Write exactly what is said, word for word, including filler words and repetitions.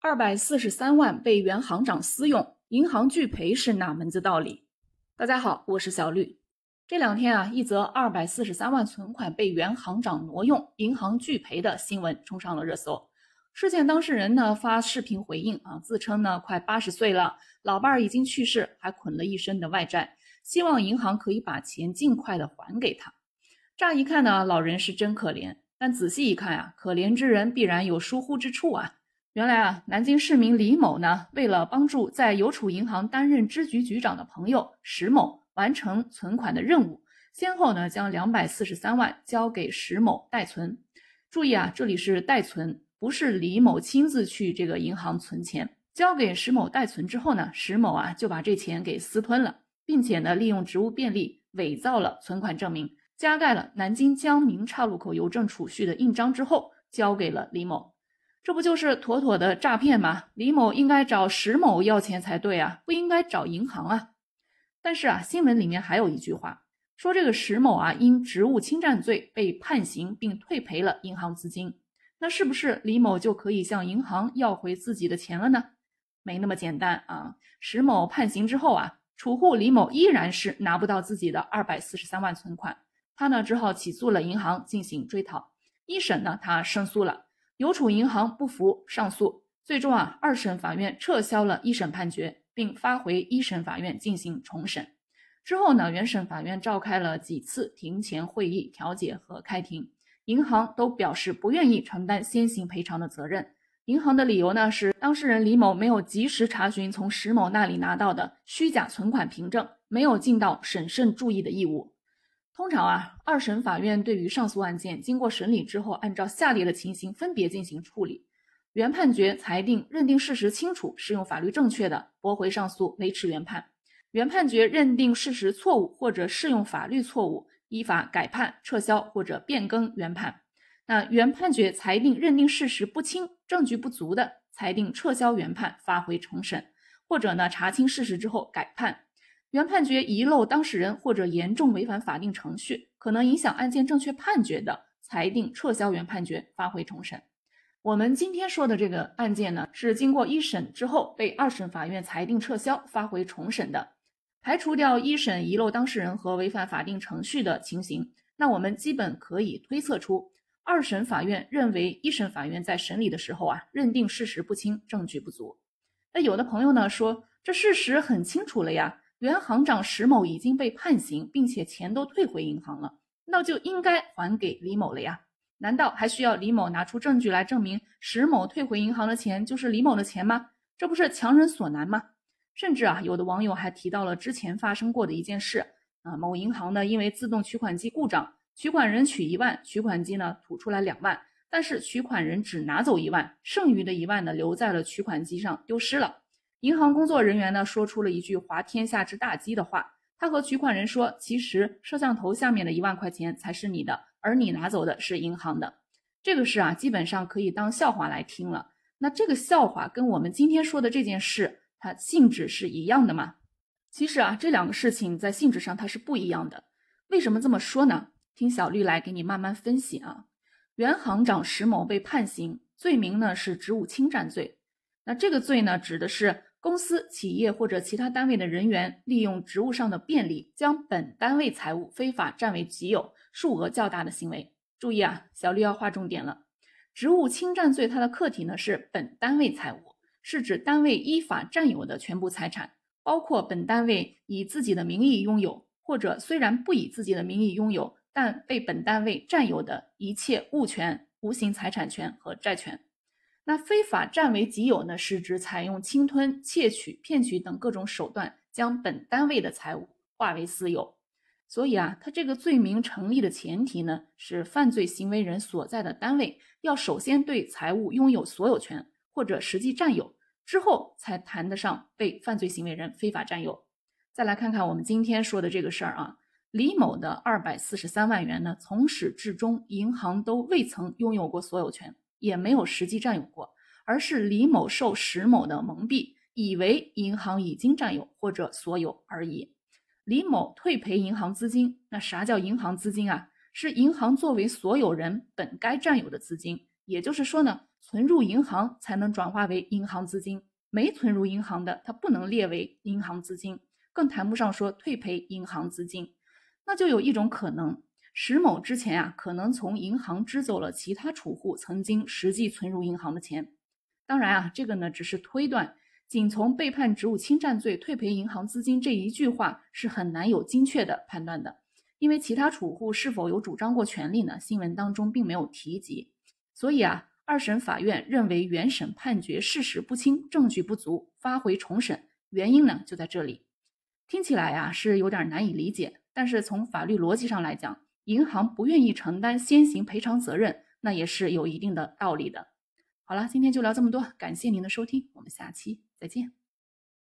二百四十三万被原行长私用，银行拒赔是哪门子道理？大家好，我是小绿。这两天啊，一则二百四十三万存款被原行长挪用，银行拒赔的新闻冲上了热搜。事件当事人呢发视频回应啊，自称呢快八十岁了，老伴儿已经去世，还捆了一身的外债，希望银行可以把钱尽快的还给他。乍一看呢，老人是真可怜，但仔细一看啊，可怜之人必然有疏忽之处啊。原来啊，南京市民李某呢，为了帮助在邮储银行担任支局局长的朋友石某完成存款的任务，先后呢将两百四十三万交给石某代存。注意啊，这里是代存，不是李某亲自去这个银行存钱。交给石某代存之后呢，石某啊就把这钱给私吞了，并且呢利用职务便利伪造了存款证明，加盖了南京江明岔路口邮政储蓄的印章之后，交给了李某。这不就是妥妥的诈骗吗？李某应该找石某要钱才对啊，不应该找银行啊。但是啊，新闻里面还有一句话，说这个石某啊因职务侵占罪被判刑并退赔了银行资金。那是不是李某就可以向银行要回自己的钱了呢？没那么简单啊。石某判刑之后啊，储户李某依然是拿不到自己的二百四十三万存款，他呢只好起诉了银行进行追讨。一审呢他胜诉了，邮储银行不服上诉，最终啊，二审法院撤销了一审判决，并发回一审法院进行重审。之后呢，原审法院召开了几次庭前会议调解和开庭，银行都表示不愿意承担先行赔偿的责任。银行的理由呢是当事人李某没有及时查询从石某那里拿到的虚假存款凭证，没有尽到审慎注意的义务。通常啊，二审法院对于上诉案件经过审理之后，按照下列的情形分别进行处理。原判决裁定认定事实清楚，适用法律正确的，驳回上诉，维持原判。原判决认定事实错误或者适用法律错误，依法改判、撤销或者变更原判。那原判决裁定认定事实不清、证据不足的，裁定撤销原判，发回重审，或者呢查清事实之后改判。原判决遗漏当事人或者严重违反法定程序，可能影响案件正确判决的，裁定撤销原判决，发回重审。我们今天说的这个案件呢，是经过一审之后被二审法院裁定撤销，发回重审的。排除掉一审遗漏当事人和违反法定程序的情形，那我们基本可以推测出，二审法院认为一审法院在审理的时候啊，认定事实不清，证据不足。那有的朋友呢说，这事实很清楚了呀，原行长石某已经被判刑，并且钱都退回银行了，那就应该还给李某了呀。难道还需要李某拿出证据来证明石某退回银行的钱就是李某的钱吗？这不是强人所难吗？甚至啊，有的网友还提到了之前发生过的一件事啊，某银行呢因为自动取款机故障，取款人取一万，取款机呢吐出来两万，但是取款人只拿走一万，剩余的一万呢留在了取款机上丢失了。银行工作人员呢说出了一句滑天下之大稽的话，他和取款人说，其实摄像头下面的一万块钱才是你的，而你拿走的是银行的。这个事啊，基本上可以当笑话来听了。那这个笑话跟我们今天说的这件事，它性质是一样的吗？其实啊，这两个事情在性质上它是不一样的。为什么这么说呢？听小绿来给你慢慢分析啊。原行长石某被判刑，罪名呢是职务侵占罪。那这个罪呢，指的是公司、企业或者其他单位的人员利用职务上的便利，将本单位财物非法占为己有，数额较大的行为。注意啊，小绿要划重点了。职务侵占罪它的客体呢是本单位财物，是指单位依法占有的全部财产，包括本单位以自己的名义拥有，或者虽然不以自己的名义拥有，但被本单位占有的一切物权、无形财产权和债权。那非法占为己有呢，是指采用侵吞、窃取、骗取等各种手段，将本单位的财物化为私有。所以啊，它这个罪名成立的前提呢，是犯罪行为人所在的单位要首先对财物拥有所有权或者实际占有，之后才谈得上被犯罪行为人非法占有。再来看看我们今天说的这个事儿啊，李某的二百四十三万元呢，从始至终银行都未曾拥有过所有权，也没有实际占有过，而是李某受石某的蒙蔽，以为银行已经占有或者所有而已。李某退赔银行资金，那啥叫银行资金啊？是银行作为所有人本该占有的资金， 也就是说呢，存入银行才能转化为银行资金，没存入银行的它不能列为银行资金，更谈不上说退赔银行资金。那就有一种可能，石某之前啊，可能从银行支走了其他储户曾经实际存入银行的钱。当然啊，这个呢只是推断，仅从被判职务侵占罪退赔银行资金这一句话是很难有精确的判断的，因为其他储户是否有主张过权利呢？新闻当中并没有提及。所以啊，二审法院认为原审判决事实不清，证据不足，发回重审，原因呢就在这里。听起来啊是有点难以理解，但是从法律逻辑上来讲，银行不愿意承担先行赔偿责任，那也是有一定的道理的。好了，今天就聊这么多，感谢您的收听，我们下期再见。